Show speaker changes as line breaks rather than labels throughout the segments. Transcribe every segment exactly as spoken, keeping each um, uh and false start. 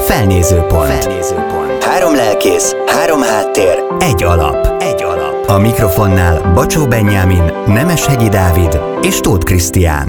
Felnézőpont. Felnézőpont. Három lelkész, három háttér, egy alap. Egy alap. A mikrofonnál Bacsó Benyámin, Nemeshegyi Dávid és Tóth Krisztián.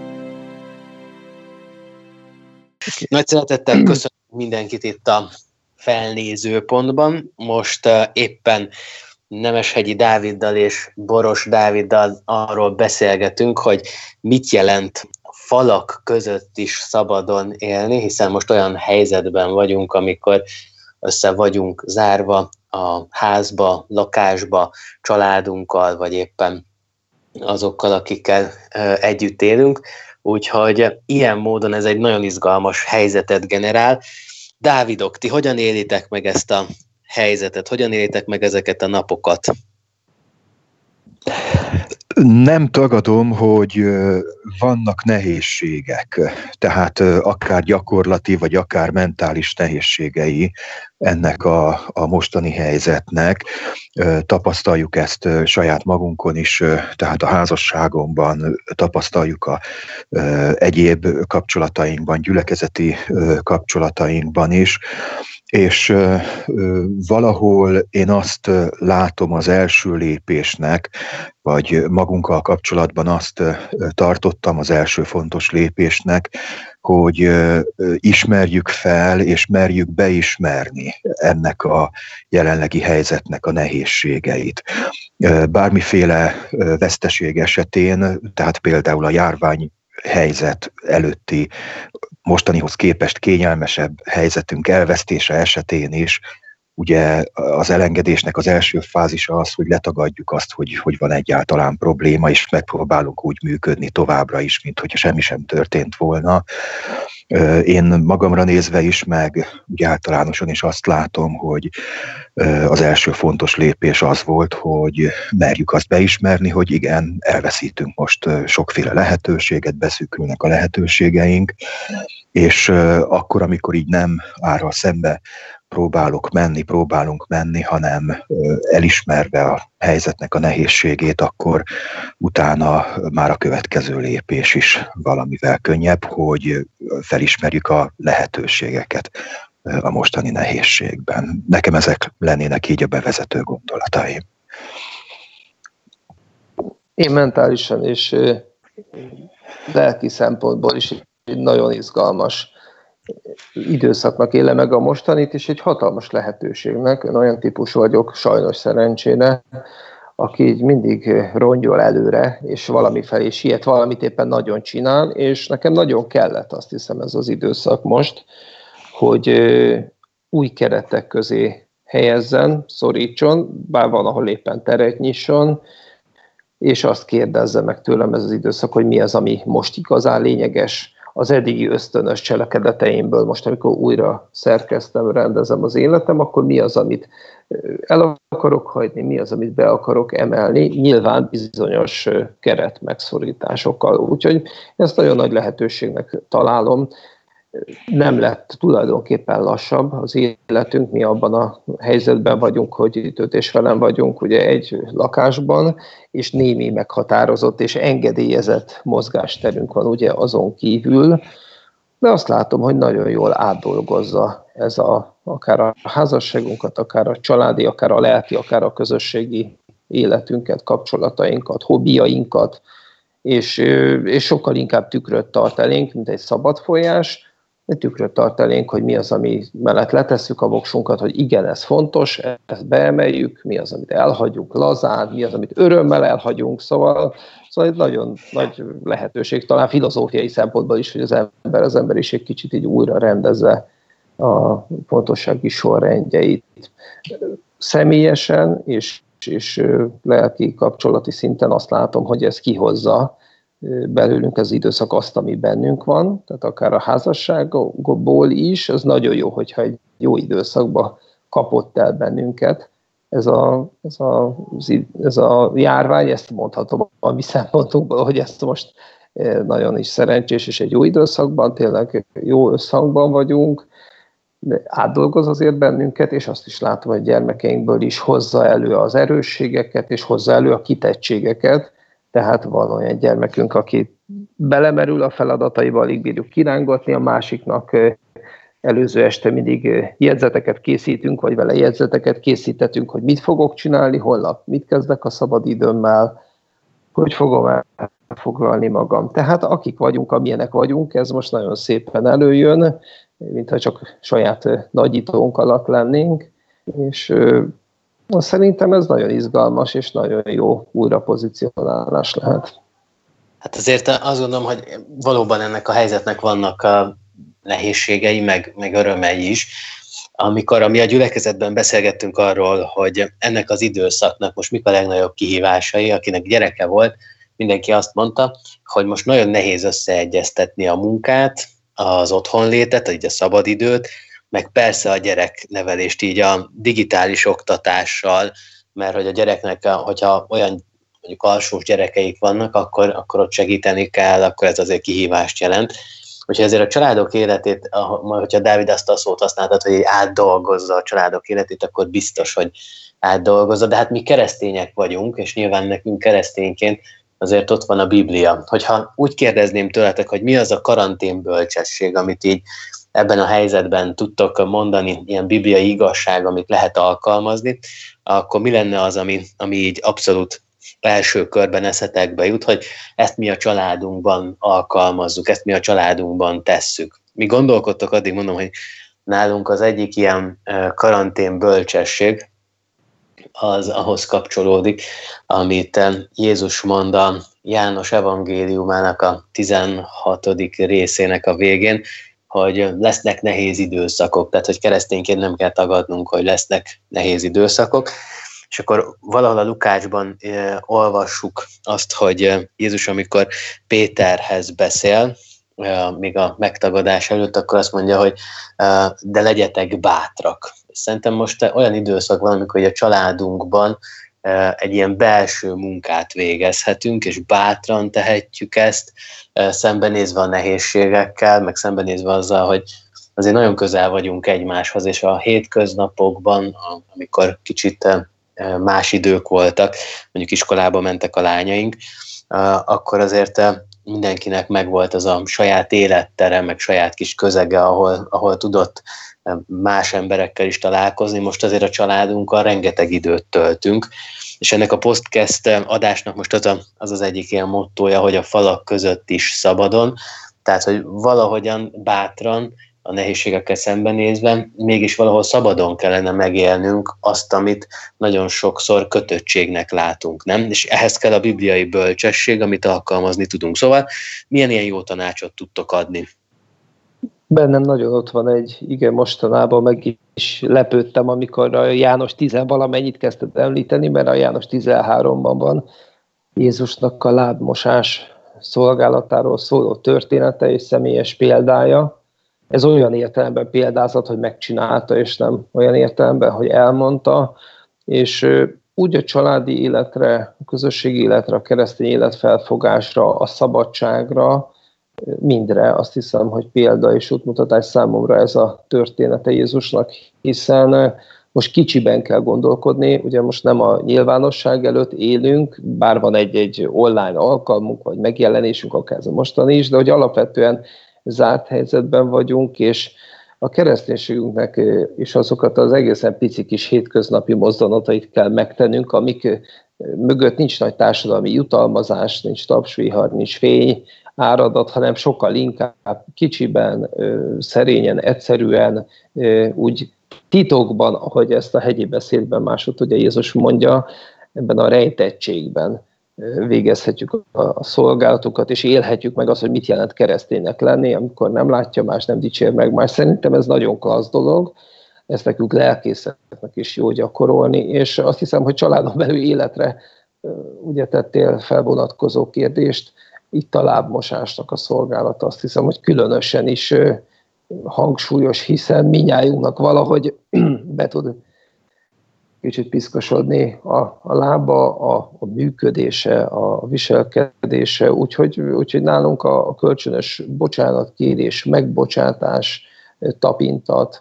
Nagy szeretettel köszönöm mindenkit itt a Felnézőpontban. Most uh, éppen Nemeshegyi Dáviddal és Boros Dáviddal arról beszélgetünk, hogy mit jelent falak között is szabadon élni, hiszen most olyan helyzetben vagyunk, amikor össze vagyunk zárva a házba, lakásba, családunkkal, vagy éppen azokkal, akikkel uh, együtt élünk. Úgyhogy ilyen módon ez egy nagyon izgalmas helyzetet generál. Dávidok, ti hogyan élitek meg ezt a helyzetet? Hogyan élitek meg ezeket a napokat?
Nem tagadom, hogy vannak nehézségek, tehát akár gyakorlati, vagy akár mentális nehézségei ennek a, a mostani helyzetnek. Tapasztaljuk ezt saját magunkon is, tehát a házasságomban, tapasztaljuk a egyéb kapcsolatainkban, gyülekezeti kapcsolatainkban is, és ö, ö, valahol én azt látom az első lépésnek, vagy magunkkal kapcsolatban azt ö, tartottam az első fontos lépésnek, hogy ö, ö, ismerjük fel, és merjük beismerni ennek a jelenlegi helyzetnek a nehézségeit. Bármiféle veszteség esetén, tehát például a járvány helyzet előtti, mostanihoz képest kényelmesebb helyzetünk elvesztése esetén is, ugye az elengedésnek az első fázisa az, hogy letagadjuk azt, hogy, hogy van egyáltalán probléma, és megpróbálunk úgy működni továbbra is, mint hogyha semmi sem történt volna. Én magamra nézve is, meg úgy általánosan is azt látom, hogy az első fontos lépés az volt, hogy merjük azt beismerni, hogy igen, elveszítünk most sokféle lehetőséget, beszűkülnek a lehetőségeink, és akkor, amikor így nem árral szembe próbálok menni, próbálunk menni, hanem elismerve a helyzetnek a nehézségét, akkor utána már a következő lépés is valamivel könnyebb, hogy felismerjük a lehetőségeket a mostani nehézségben. Nekem ezek lennének így a bevezető gondolataim.
Én mentálisan és lelki szempontból is egy nagyon izgalmas időszaknak élem meg a mostanit, és egy hatalmas lehetőségnek. Én olyan típus vagyok, sajnos szerencsére, aki így mindig rongyol előre, és valami felé siet, valamit éppen nagyon csinál, és nekem nagyon kellett, azt hiszem, ez az időszak most, hogy új keretek közé helyezzen, szorítson, bár van, ahol éppen teret nyisson, és azt kérdezze meg tőlem ez az időszak, hogy mi az, ami most igazán lényeges, az eddigi ösztönös cselekedeteimből, most amikor újra szerkeztem, rendezem az életem, akkor mi az, amit el akarok hagyni, mi az, amit be akarok emelni, nyilván bizonyos keret megszorításokkal. Úgyhogy ezt nagyon nagy lehetőségnek találom. Nem lett tulajdonképpen lassabb az életünk, mi abban a helyzetben vagyunk, hogy itt öt és velem vagyunk ugye egy lakásban, és némi meghatározott és engedélyezett mozgásterünk van ugye azon kívül, de azt látom, hogy nagyon jól átdolgozza ez a, akár a házasságunkat, akár a családi, akár a lelki, akár a közösségi életünket, kapcsolatainkat, hobbiainkat, és, és sokkal inkább tükröt tart elénk, mint egy szabad folyás, egy tükröt tart elénk, hogy mi az, ami mellett letesszük a voksunkat, hogy igen, ez fontos, ezt beemeljük, mi az, amit elhagyunk lazán, mi az, amit örömmel elhagyunk, szóval, szóval egy nagyon nagy lehetőség, talán filozófiai szempontból is, hogy az ember, az emberiség kicsit így újra rendezze a fontossági sorrendjeit. Személyesen és, és lelki kapcsolati szinten azt látom, hogy ez kihozza belőlünk az időszak azt, ami bennünk van, tehát akár a házasságból is, az nagyon jó, hogyha egy jó időszakba kapott el bennünket. Ez a, ez a, ez a járvány, ezt mondhatom a mi szempontunkból, hogy ezt most nagyon is szerencsés, és egy jó időszakban, tényleg jó összhangban vagyunk, de átdolgoz azért bennünket, és azt is látom, hogy gyermekeinkből is hozza elő az erősségeket, és hozza elő a kitettségeket. Tehát van olyan gyermekünk, aki belemerül a feladataiba, alig bírjuk kirángatni, a másiknak előző este mindig jegyzeteket készítünk, vagy vele jegyzeteket készítettünk, hogy mit fogok csinálni holnap, mit kezdek a szabadidőmmel, hogy fogom elfoglalni magam. Tehát akik vagyunk, amilyenek vagyunk, ez most nagyon szépen előjön, mintha csak saját nagyítónk alatt lennénk, és szerintem ez nagyon izgalmas és nagyon jó újrapozicionálás lehet.
Hát azért azt gondolom, hogy valóban ennek a helyzetnek vannak a nehézségei, meg, meg örömei is. Amikor mi a gyülekezetben beszélgettünk arról, hogy ennek az időszaknak most mik a legnagyobb kihívásai, akinek gyereke volt, mindenki azt mondta, hogy most nagyon nehéz összeegyeztetni a munkát, az otthonlétet, így a szabadidőt, meg persze a gyereknevelést így a digitális oktatással, mert hogy a gyereknek, hogyha olyan mondjuk alsós gyerekeik vannak, akkor, akkor ott segíteni kell, akkor ez azért kihívást jelent. Úgyhogy ezért a családok életét, hogyha Dávid azt a szót használtad, hogy átdolgozza a családok életét, akkor biztos, hogy átdolgozza. De hát mi keresztények vagyunk, és nyilván nekünk keresztényként azért ott van a Biblia. Hogyha úgy kérdezném tőletek, hogy mi az a karantén bölcsesség, amit így ebben a helyzetben tudtok mondani, ilyen bibliai igazság, amit lehet alkalmazni, akkor mi lenne az, ami, ami így abszolút első körben eszetekbe jut, hogy ezt mi a családunkban alkalmazzuk, ezt mi a családunkban tesszük. Mi gondolkodtok, addig mondom, hogy nálunk az egyik ilyen karantén bölcsesség, az ahhoz kapcsolódik, amit Jézus mond a János evangéliumának a tizenhatodik részének a végén, hogy lesznek nehéz időszakok, tehát hogy keresztényként nem kell tagadnunk, hogy lesznek nehéz időszakok, és akkor valahol a Lukácsban e, olvassuk azt, hogy Jézus, amikor Péterhez beszél, e, még a megtagadás előtt, akkor azt mondja, hogy e, de legyetek bátrak. Szerintem most olyan időszak van, amikor a családunkban e, egy ilyen belső munkát végezhetünk, és bátran tehetjük ezt, e, szembenézve a nehézségekkel, meg szembenézve azzal, hogy azért nagyon közel vagyunk egymáshoz, és a hétköznapokban, amikor kicsit más idők voltak, mondjuk iskolába mentek a lányaink, akkor azért mindenkinek megvolt az a saját élettere, meg saját kis közege, ahol, ahol tudott más emberekkel is találkozni. Most azért a családunkkal rengeteg időt töltünk, és ennek a podcast adásnak most az, a, az az egyik ilyen mottója, hogy a falak között is szabadon, tehát, hogy valahogyan bátran, a nehézségekkel szembenézve, mégis valahol szabadon kellene megélnünk azt, amit nagyon sokszor kötöttségnek látunk, nem? És ehhez kell a bibliai bölcsesség, amit alkalmazni tudunk. Szóval milyen ilyen jó tanácsot tudtok adni?
Bennem nagyon ott van egy, igen, mostanában meg is lepődtem, amikor a János tíz valamennyit kezdett említeni, mert a János tizenháromban van Jézusnak a lábmosás szolgálatáról szóló története és személyes példája. Ez olyan értelemben példázat, hogy megcsinálta, és nem olyan értelemben, hogy elmondta, és úgy a családi életre, a közösségi életre, a keresztény életfelfogásra, a szabadságra, mindre azt hiszem, hogy példa és útmutatás számomra ez a története Jézusnak, hiszen most kicsiben kell gondolkodni, ugye most nem a nyilvánosság előtt élünk, bár van egy-egy online alkalmunk, vagy megjelenésünk, akár ez a mostani is, de hogy alapvetően zárt helyzetben vagyunk, és a kereszténységünknek is azokat az egészen pici kis hétköznapi mozdulatait kell megtennünk, amik mögött nincs nagy társadalmi jutalmazás, nincs tapsvihar, nincs fény, áradat, hanem sokkal inkább kicsiben, szerényen, egyszerűen, úgy titokban, ahogy ezt a hegyi beszédben másod, ugye Jézus mondja, ebben a rejtettségben végezhetjük a szolgálatokat, és élhetjük meg azt, hogy mit jelent kereszténynek lenni, amikor nem látja más, nem dicsér meg más. Szerintem ez nagyon klassz dolog, ezt nekünk lelkészeknek is jó gyakorolni, és azt hiszem, hogy családon belül életre ugye tettél felvonatkozó kérdést, itt a lábmosásnak a szolgálata, azt hiszem, hogy különösen is hangsúlyos, hiszen mindnyájunknak valahogy be tud kicsit piszkosodni a, a lába, a, a működése, a viselkedése, úgyhogy, úgyhogy nálunk a, a kölcsönös bocsánatkérés, megbocsátás, tapintat,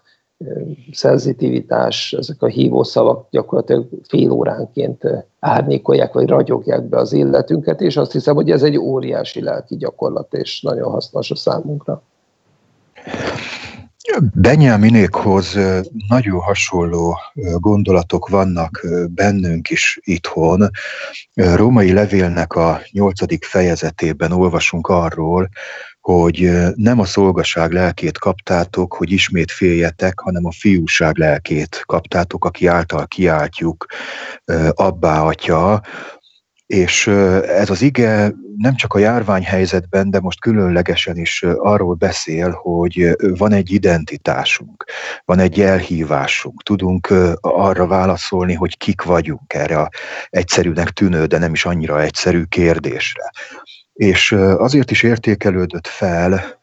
szenzitivitás, ezek a hívószavak gyakorlatilag fél óránként árnyékolják, vagy ragyogják be az életünket, és azt hiszem, hogy ez egy óriási lelki gyakorlat, és nagyon hasznos a számunkra.
Benyáminékhoz nagyon hasonló gondolatok vannak bennünk is itthon. Római levélnek a nyolcadik fejezetében olvasunk arról, hogy nem a szolgaság lelkét kaptátok, hogy ismét féljetek, hanem a fiúság lelkét kaptátok, aki által kiáltjuk, Abbá, Atya. És ez az ige nem csak a járványhelyzetben, de most különlegesen is arról beszél, hogy van egy identitásunk, van egy elhívásunk, tudunk arra válaszolni, hogy kik vagyunk erre a egyszerűnek tűnő, de nem is annyira egyszerű kérdésre. És azért is értékelődött fel,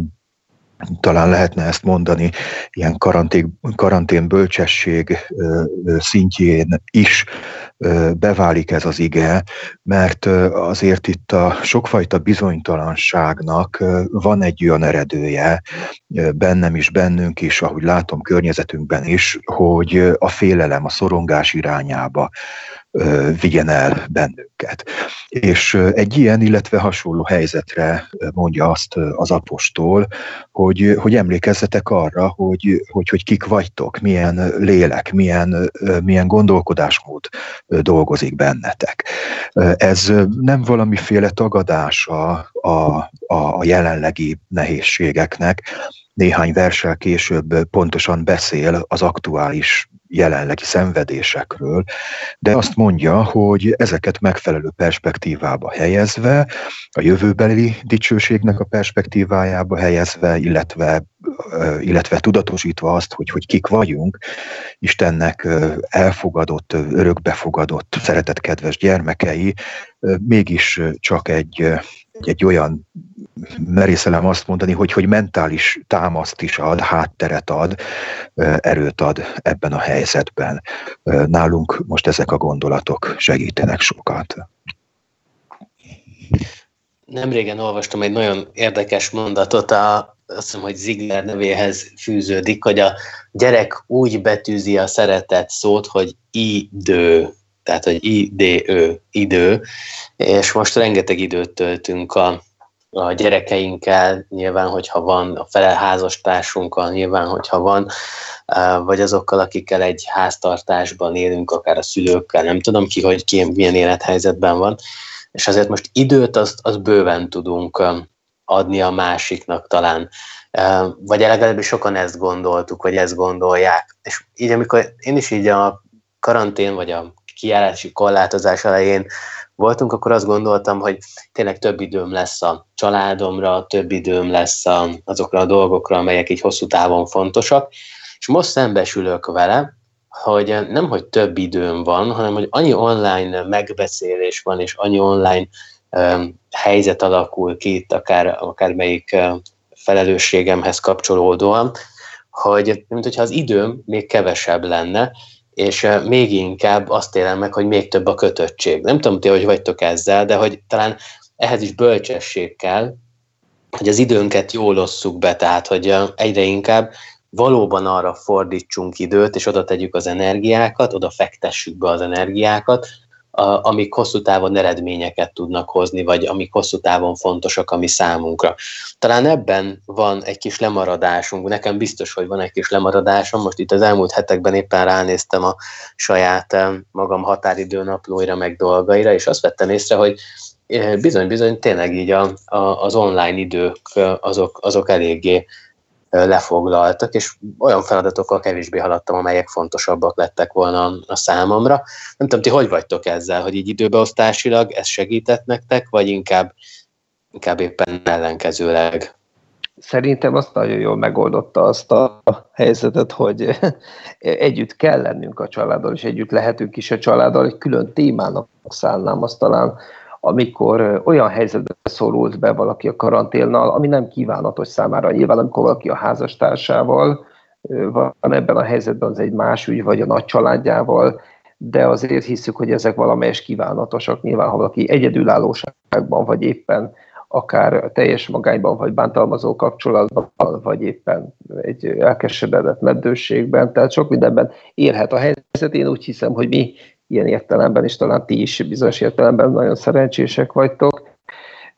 talán lehetne ezt mondani, ilyen karantén, karantén bölcsesség szintjén is beválik ez az ige, mert azért itt a sokfajta bizonytalanságnak van egy olyan eredője, bennem is, bennünk is, ahogy látom környezetünkben is, hogy a félelem, a szorongás irányába vigyen el bennünket. És egy ilyen, illetve hasonló helyzetre mondja azt az apostol, hogy, hogy emlékezzetek arra, hogy, hogy, hogy kik vagytok, milyen lélek, milyen, milyen gondolkodásmód dolgozik bennetek. Ez nem valamiféle tagadása a, a jelenlegi nehézségeknek, néhány verssel később pontosan beszél az aktuális jelenlegi szenvedésekről, de azt mondja, hogy ezeket megfelelő perspektívába helyezve, a jövőbeli dicsőségnek a perspektívájába helyezve, illetve, illetve tudatosítva azt, hogy, hogy kik vagyunk, Istennek elfogadott, örökbefogadott, szeretetkedves gyermekei, mégis csak egy, egy olyan merészelem azt mondani, hogy, hogy mentális támaszt is ad, hátteret ad, erőt ad ebben a helyzetben. Nálunk most ezek a gondolatok segítenek sokat.
Nemrégen olvastam egy nagyon érdekes mondatot, a, azt hiszem, hogy Ziegler nevéhez fűződik, hogy a gyerek úgy betűzi a szeretet szót, hogy idő. Tehát, hogy idő, idő, és most rengeteg időt töltünk a a gyerekeinkkel, nyilván, hogyha van, a fele házastársunkkal, nyilván, hogyha van, vagy azokkal, akikkel egy háztartásban élünk, akár a szülőkkel, nem tudom ki, hogy ki milyen élethelyzetben van, és azért most időt azt, azt bőven tudunk adni a másiknak talán, vagy legalábbis sokan ezt gondoltuk, vagy ezt gondolják. És így, amikor én is így a karantén, vagy a kijárási korlátozás elején voltunk, akkor azt gondoltam, hogy tényleg több időm lesz a családomra, több időm lesz a, azokra a dolgokra, amelyek így hosszú távon fontosak, és most szembesülök vele, hogy nem, hogy több időm van, hanem, hogy annyi online megbeszélés van, és annyi online um, helyzet alakul ki itt, akár, akár melyik uh, felelősségemhez kapcsolódóan, hogy mint hogyha az időm még kevesebb lenne, és még inkább azt élem meg, hogy még több a kötöttség. Nem tudom, ti, hogy vagytok ezzel, de hogy talán ehhez is bölcsesség kell, hogy az időnket jól osszuk be, tehát hogy egyre inkább valóban arra fordítsunk időt, és oda tegyük az energiákat, oda fektessük be az energiákat, amik hosszú távon eredményeket tudnak hozni, vagy amik hosszú távon fontosak a mi számunkra. Talán ebben van egy kis lemaradásunk, nekem biztos, hogy van egy kis lemaradásom, most itt az elmúlt hetekben éppen ránéztem a saját magam határidőnaplóira, meg dolgaira, és azt vettem észre, hogy bizony-bizony tényleg így a, a, az online idők azok, azok eléggé lefoglaltak, és olyan feladatokkal kevésbé haladtam, amelyek fontosabbak lettek volna a számomra. Nem tudom, ti hogy vagytok ezzel, hogy így időbeosztásilag ez segített nektek, vagy inkább, inkább éppen ellenkezőleg?
Szerintem azt nagyon jól megoldotta azt a helyzetet, hogy együtt kell lennünk a családdal, és együtt lehetünk is a családdal, egy külön témának szállnám azt talán, amikor olyan helyzetbe szorult be valaki a karanténnal, ami nem kívánatos számára. Nyilván, amikor valaki a házastársával van ebben a helyzetben, az egy más ügy, vagy a nagy családjával, de azért hiszük, hogy ezek valamelyes kívánatosak. Nyilván, ha valaki egyedülállóságban, vagy éppen akár teljes magányban, vagy bántalmazó kapcsolatban, vagy éppen egy elkeseredett meddőségben, tehát sok mindenben érhet a helyzet. Én úgy hiszem, hogy mi ilyen értelemben, és talán ti is bizonyos értelemben nagyon szerencsések vagytok,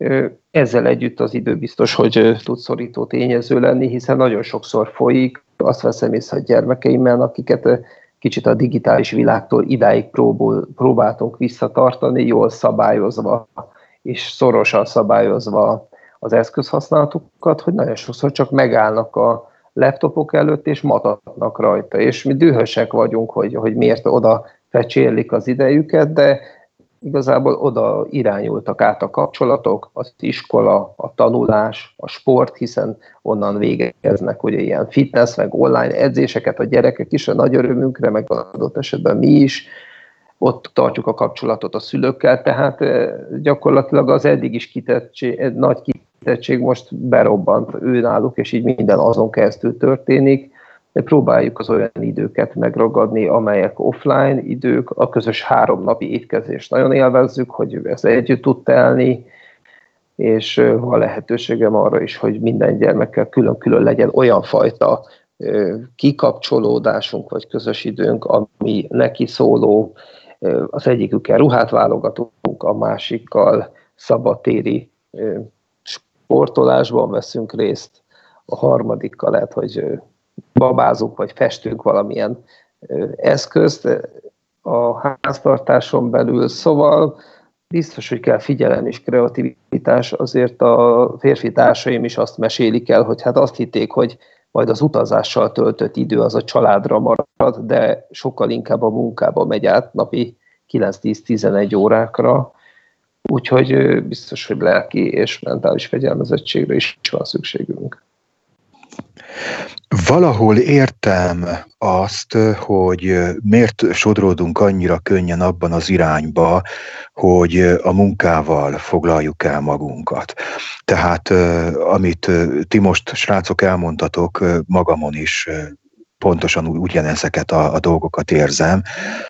Ezzel együtt az idő biztos, hogy tud szorító tényező lenni, hiszen nagyon sokszor folyik, azt veszem észre a gyermekeimmel, akiket kicsit a digitális világtól idáig próbál, próbáltunk visszatartani, jól szabályozva és szorosan szabályozva az eszközhasználatukat, hogy nagyon sokszor csak megállnak a laptopok előtt és matatnak rajta, és mi dühösek vagyunk, hogy, hogy miért oda fecsérlik az idejüket, de igazából oda irányultak át a kapcsolatok, az iskola, a tanulás, a sport, hiszen onnan végeznek ugye ilyen fitness, meg online edzéseket a gyerekek is, a nagy örömünkre, meg adott esetben mi is, ott tartjuk a kapcsolatot a szülőkkel, tehát gyakorlatilag az eddig is kitettség, nagy kitettség most berobbant őnáluk, és így minden azon keresztül történik. De próbáljuk az olyan időket megragadni, amelyek offline idők, a közös három napi étkezést nagyon élvezzük, hogy ez együtt tud telni, és van lehetőségem arra is, hogy minden gyermekkel külön-külön legyen olyan fajta kikapcsolódásunk, vagy közös időnk, ami neki szóló, az egyikükkel ruhát válogatunk, a másikkal szabadtéri sportolásban veszünk részt, a harmadikkal lehet, hogy babázunk, vagy festünk valamilyen eszközt a háztartáson belül, szóval biztos, hogy kell figyelem és kreativitás, azért a férfi társaim is azt mesélik el, hogy hát azt hitték, hogy majd az utazással töltött idő az a családra marad, de sokkal inkább a munkába megy át napi kilenc-tíz-tizenegy órákra, úgyhogy biztos, hogy lelki és mentális fegyelmezettségre is van szükségünk.
Valahol értem azt, hogy miért sodródunk annyira könnyen abban az irányba, hogy a munkával foglaljuk el magunkat. Tehát amit ti most, srácok, elmondtatok, magamon is pontosan ugyanezeket a, a dolgokat érzem,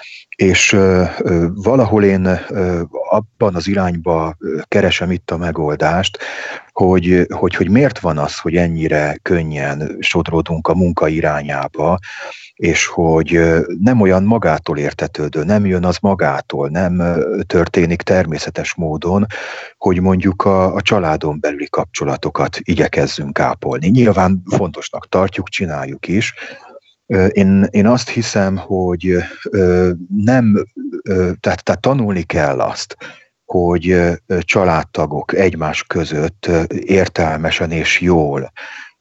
és valahol én abban az irányba keresem itt a megoldást, hogy, hogy, hogy miért van az, hogy ennyire könnyen sodródunk a munka irányába, és hogy nem olyan magától értetődő, nem jön az magától, nem történik természetes módon, hogy mondjuk a, a családon belüli kapcsolatokat igyekezzünk ápolni. Nyilván fontosnak tartjuk, csináljuk is. Én, én azt hiszem, hogy nem, tehát, tehát tanulni kell azt, hogy családtagok egymás között értelmesen és jól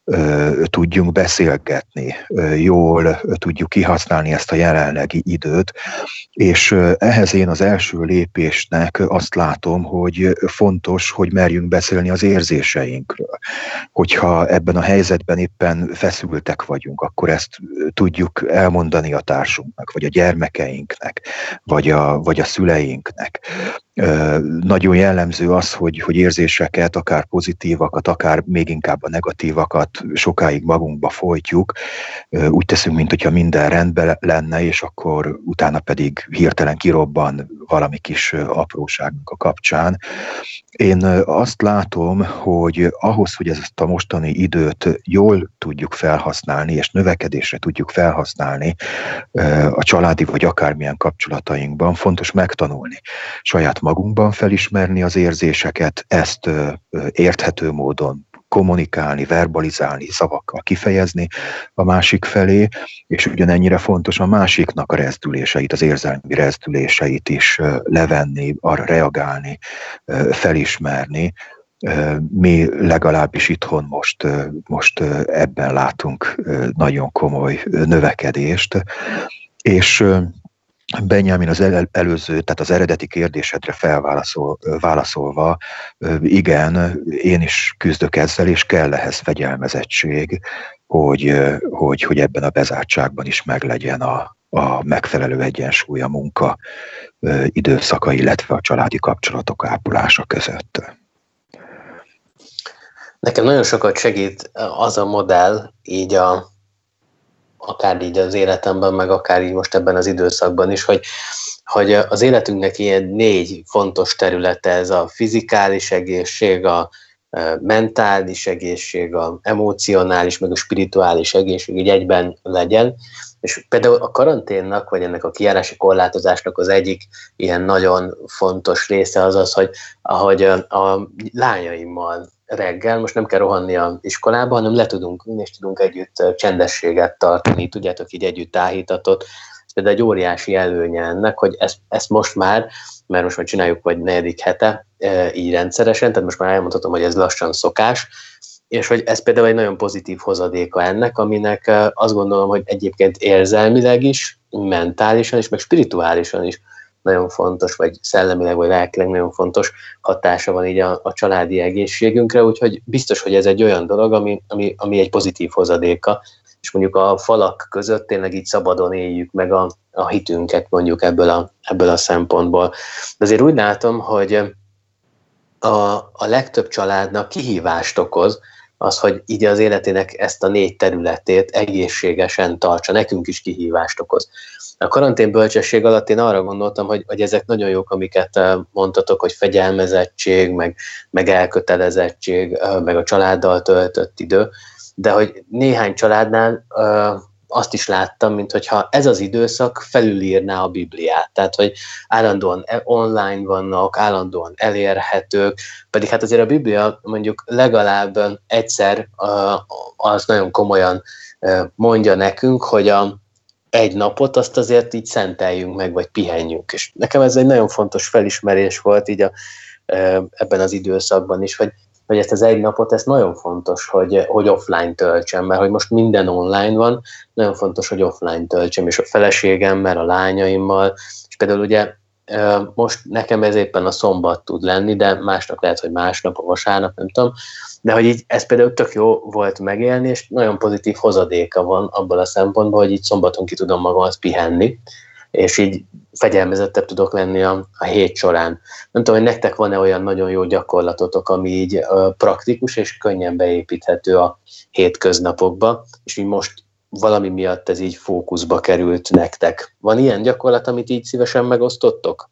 tudjunk beszélgetni, jól tudjuk kihasználni ezt a jelenlegi időt, és ehhez én az első lépésnek azt látom, hogy fontos, hogy merjünk beszélni az érzéseinkről. Hogyha ebben a helyzetben éppen feszültek vagyunk, akkor ezt tudjuk elmondani a társunknak, vagy a gyermekeinknek, vagy a, vagy a szüleinknek. Nagyon jellemző az, hogy, hogy érzéseket, akár pozitívakat, akár még inkább a negatívakat sokáig magunkba folytjuk, úgy teszünk, mint hogyha minden rendben lenne, és akkor utána pedig hirtelen kirobban valami kis apróságnak a kapcsán. Én azt látom, hogy ahhoz, hogy ezt a mostani időt jól tudjuk felhasználni, és növekedésre tudjuk felhasználni a családi vagy akármilyen kapcsolatainkban, fontos megtanulni saját magunkban felismerni az érzéseket, ezt érthető módon kommunikálni, verbalizálni, szavakkal kifejezni a másik felé, és ugyanennyire fontos a másiknak a rezdüléseit, az érzelmi rezdüléseit is levenni, arra reagálni, felismerni. Mi legalábbis itthon most, most ebben látunk nagyon komoly növekedést, és Benjamin, az el, előző, tehát az eredeti kérdésedre felválaszolva, igen, én is küzdök ezzel, és kell ehhez fegyelmezettség, hogy, hogy, hogy ebben a bezártságban is meglegyen a, a megfelelő egyensúly a munka időszaka, illetve a családi kapcsolatok ápolása között.
Nekem nagyon sokat segít az a modell, így a akár így az életemben, meg akár így most ebben az időszakban is, hogy, hogy az életünknek ilyen négy fontos területe, ez a fizikális egészség, a mentális egészség, a emocionális, meg a spirituális egészség így egyben legyen, És például a karanténnak, vagy ennek a kijárási korlátozásnak az egyik ilyen nagyon fontos része az az, hogy ahogy a, a lányaimmal reggel, most nem kell rohanni az iskolába, hanem le tudunk, és tudunk együtt csendességet tartani, tudjátok, így együtt áhítatot. Ez például egy óriási előnye ennek, hogy ezt, ezt most már, mert most már csináljuk vagy negyedik hete így rendszeresen, tehát most már elmondhatom, hogy ez lassan szokás, és hogy ez például egy nagyon pozitív hozadéka ennek, aminek azt gondolom, hogy egyébként érzelmileg is, mentálisan is, meg spirituálisan is nagyon fontos, vagy szellemileg, vagy lelkileg nagyon fontos hatása van így a, a családi egészségünkre, úgyhogy biztos, hogy ez egy olyan dolog, ami, ami, ami egy pozitív hozadéka, és mondjuk a falak között tényleg így szabadon éljük meg a, a hitünket mondjuk ebből a, ebből a szempontból. De azért úgy látom, hogy a, a legtöbb családnak kihívást okoz az, hogy így az életének ezt a négy területét egészségesen tartsa, nekünk is kihívást okoz. A karantén bölcsesség alatt én arra gondoltam, hogy, hogy ezek nagyon jók, amiket mondtatok, hogy fegyelmezettség, meg, meg elkötelezettség, meg a családdal töltött idő, de hogy néhány családnál azt is láttam, mintha ez az időszak felülírná a Bibliát. Tehát, hogy állandóan online vannak, állandóan elérhetők, pedig hát azért a Biblia mondjuk legalább egyszer az nagyon komolyan mondja nekünk, hogy a egy napot azt azért így szenteljünk meg, vagy pihenjünk. És nekem ez egy nagyon fontos felismerés volt így a, ebben az időszakban is, hogy, hogy ezt az egy napot, ez nagyon fontos, hogy, hogy offline töltsem, mert hogy most minden online van, nagyon fontos, hogy offline töltsem, és a feleségemmel, a lányaimmal, és például ugye most nekem ez éppen a szombat tud lenni, de másnak lehet, hogy másnap, a vasárnap, nem tudom, de hogy így ez például tök jó volt megélni, és nagyon pozitív hozadéka van abban a szempontból, hogy így szombaton ki tudom magamat pihenni, és így fegyelmezettebb tudok lenni a, a hét során. Nem tudom, hogy nektek van-e olyan nagyon jó gyakorlatotok, ami így uh, praktikus és könnyen beépíthető a hétköznapokba, és így most valami miatt ez így fókuszba került nektek. Van ilyen gyakorlat, amit így szívesen megosztottok?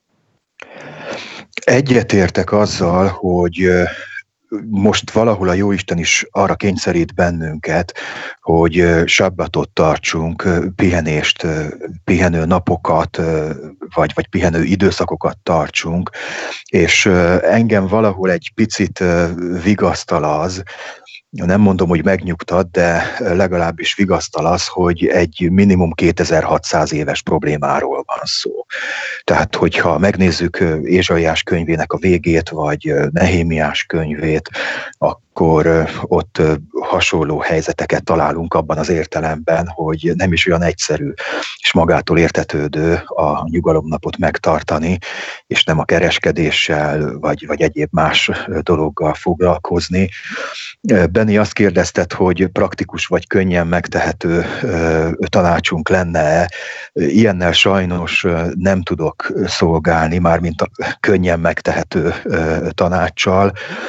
Egyetértek azzal, hogy most valahol a Jóisten is arra kényszerít bennünket, hogy sabbatot tartsunk, pihenést, pihenő napokat, vagy, vagy pihenő időszakokat tartsunk, és engem valahol egy picit vigasztal az, nem mondom, hogy megnyugtat, de legalábbis vigasztal az, hogy egy minimum kétezer-hatszáz éves problémáról van szó. Tehát, hogyha megnézzük Ézsaiás könyvének a végét, vagy Nehémiás könyvét, akkor ott hasonló helyzeteket találunk abban az értelemben, hogy nem is olyan egyszerű és magától értetődő a nyugalomnapot megtartani, és nem a kereskedéssel, vagy, vagy egyéb más dologgal foglalkozni. Benni azt kérdezted, hogy praktikus vagy könnyen megtehető tanácsunk lenne. Ilyennel sajnos nem tudok szolgálni, mármint a könnyen megtehető tanácssal.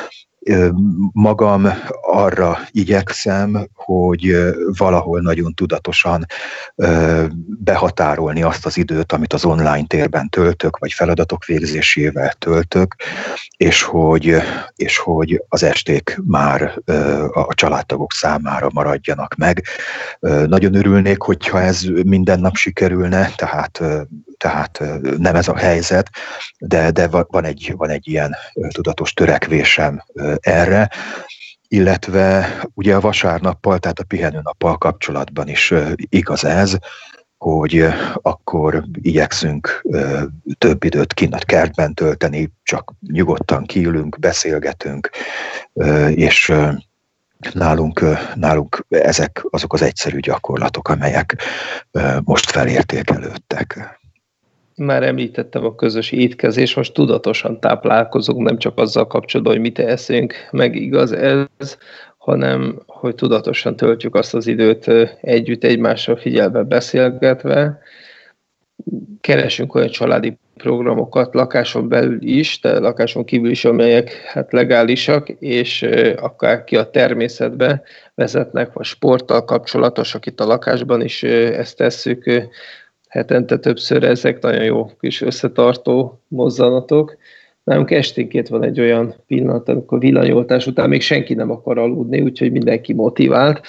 Magam arra igyekszem, hogy valahol nagyon tudatosan behatárolni azt az időt, amit az online térben töltök, vagy feladatok végzésével töltök, és hogy, és hogy az esték már a családtagok számára maradjanak meg. Nagyon örülnék, hogyha ez minden nap sikerülne, tehát, tehát nem ez a helyzet, de, de van, egy, van egy ilyen tudatos törekvésem erre, illetve ugye a vasárnappal, tehát a pihenőnappal kapcsolatban is igaz ez, hogy akkor igyekszünk több időt kint a kertben tölteni, csak nyugodtan kiülünk, beszélgetünk, és nálunk, nálunk ezek azok az egyszerű gyakorlatok, amelyek most felértékelődtek.
Már említettem a közös étkezés, most tudatosan táplálkozunk, nem csak azzal kapcsolatban, hogy mit eszünk, meg igaz ez, hanem hogy tudatosan töltjük azt az időt együtt egymással figyelve, beszélgetve. Keresünk olyan családi programokat lakáson belül is, de lakáson kívül is, amelyek hát legálisak, és akár ki a természetbe vezetnek, vagy sporttal kapcsolatosak, itt a lakásban is ezt tesszük, hetente többször, ezek nagyon jó kis összetartó mozzanatok. Nálunk esténként van egy olyan pillanat, amikor villanyoltás után még senki nem akar aludni, úgyhogy mindenki motivált,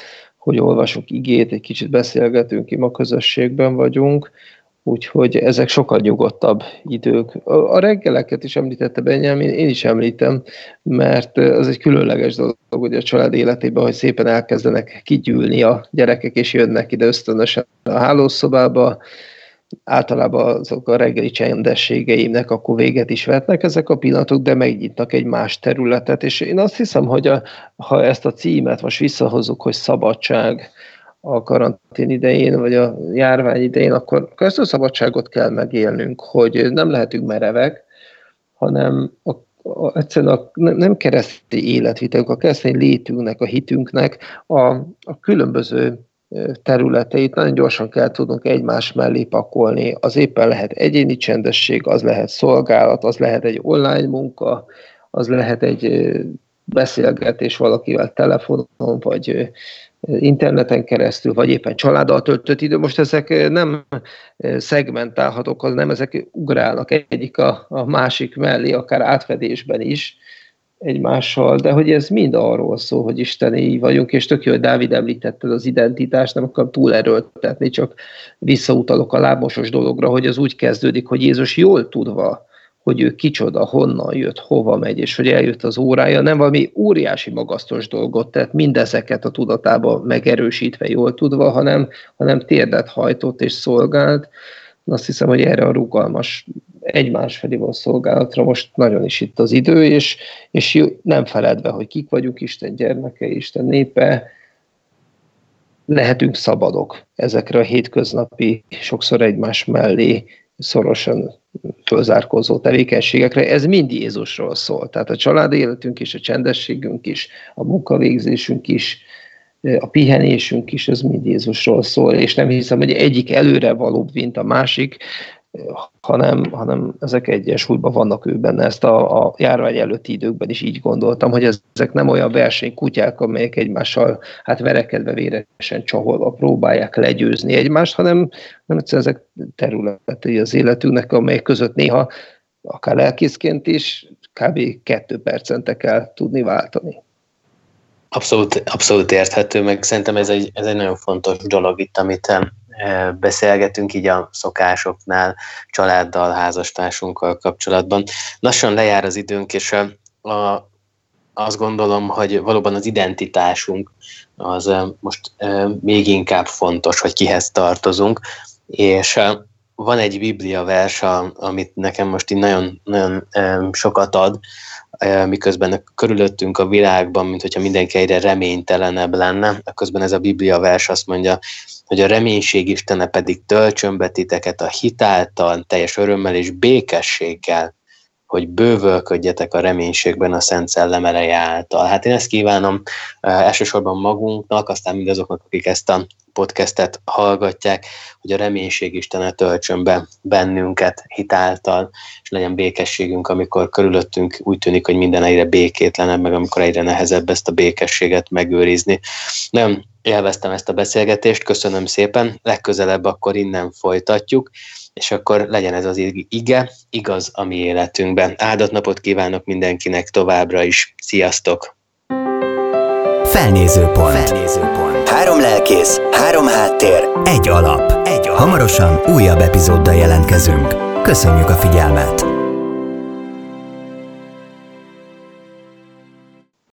hogy olvasunk igét, egy kicsit beszélgetünk, ima közösségben vagyunk, úgyhogy ezek sokkal nyugodtabb idők. A reggeleket is említette Benyámin, én is említem, mert az egy különleges dolog, hogy a család életében, hogy szépen elkezdenek kigyűlni a gyerekek, és jönnek ide ösztönösen a hálószobába, általában azok a reggeli csendességeimnek akkor véget is vetnek ezek a pillanatok, de megnyitnak egy más területet, és én azt hiszem, hogy a, ha ezt a címet most visszahozzuk, hogy szabadság a karantén idején, vagy a járvány idején, akkor ezt a szabadságot kell megélnünk, hogy nem lehetünk merevek, hanem a, a, egyszerűen a, nem keresztény életvitelünk, a keresztény létünknek, a hitünknek a, a különböző területeit nagyon gyorsan kell tudnunk egymás mellé pakolni. Az éppen lehet egyéni csendesség, az lehet szolgálat, az lehet egy online munka, az lehet egy beszélgetés valakivel telefonon, vagy interneten keresztül, vagy éppen családdal töltött idő. Most ezek nem szegmentálhatók, nem ezek ugrálnak egyik a, a másik mellé, akár átfedésben is egymással, de hogy ez mind arról szól, hogy istenéi vagyunk, és tök jó, hogy Dávid említette az identitást, nem akarom túl erőltetni, csak visszautalok a lábmosos dologra, hogy az úgy kezdődik, hogy Jézus jól tudva, hogy ő kicsoda, honnan jött, hova megy, és hogy eljött az órája, nem valami óriási magasztos dolgot tett, mindezeket a tudatába megerősítve, jól tudva, hanem, hanem térdet hajtott és szolgált. Azt hiszem, hogy erre a rugalmas egymás felé való szolgálatra most nagyon is itt az idő, és, és nem feledve, hogy kik vagyunk, Isten gyermeke, Isten népe, lehetünk szabadok ezekre a hétköznapi, sokszor egymás mellé szorosan fölzárkózó tevékenységekre. Ez mind Jézusról szól. Tehát a család életünk is, a csendességünk is, a munkavégzésünk is, a pihenésünk is, ez mind Jézusról szól, és nem hiszem, hogy egyik előre valóbb, mint a másik, hanem, hanem ezek egyensúlyban vannak ő benne. Ezt a, a járvány előtti időkben is így gondoltam, hogy ezek nem olyan versenykutyák, amelyek egymással hát verekedve, véresen csaholva próbálják legyőzni egymást, hanem nem egyszerűen ezek területei az életünknek, amelyek között néha akár lelkészként is kb. Kettő percente kell tudni váltani.
Abszolút, abszolút érthető, meg szerintem ez egy, ez egy nagyon fontos dolog itt, amit beszélgetünk így a szokásoknál, családdal, házastársunkkal kapcsolatban. Lassan lejár az időnk, és a, a, azt gondolom, hogy valóban az identitásunk az most még inkább fontos, hogy kihez tartozunk, és van egy Biblia vers, amit nekem most így nagyon, nagyon sokat ad, miközben körülöttünk a világban, mint hogyha mindenki egyre reménytelenebb lenne, közben ez a Biblia vers azt mondja, hogy a reménység istene pedig töltsön be titeket a hit által, teljes örömmel és békességgel, hogy bővölködjetek a reménységben a Szent Szellem ereje által. Hát én ezt kívánom elsősorban magunknak, aztán mindazoknak, akik ezt a podcastet hallgatják, hogy a reménység istene töltsön be bennünket hitáltal, és legyen békességünk, amikor körülöttünk úgy tűnik, hogy minden egyre békétlenebb, meg amikor egyre nehezebb ezt a békességet megőrizni. Nagyon élveztem ezt a beszélgetést, köszönöm szépen, legközelebb akkor innen folytatjuk, és akkor legyen ez az ige, igaz a mi életünkben. Áldott napot kívánok mindenkinek továbbra is. Sziasztok!
Felnézőpont. Felnézőpont. Három lelkész, három háttér, egy alap. Egy alap. Hamarosan újabb epizóddal jelentkezünk. Köszönjük a figyelmet!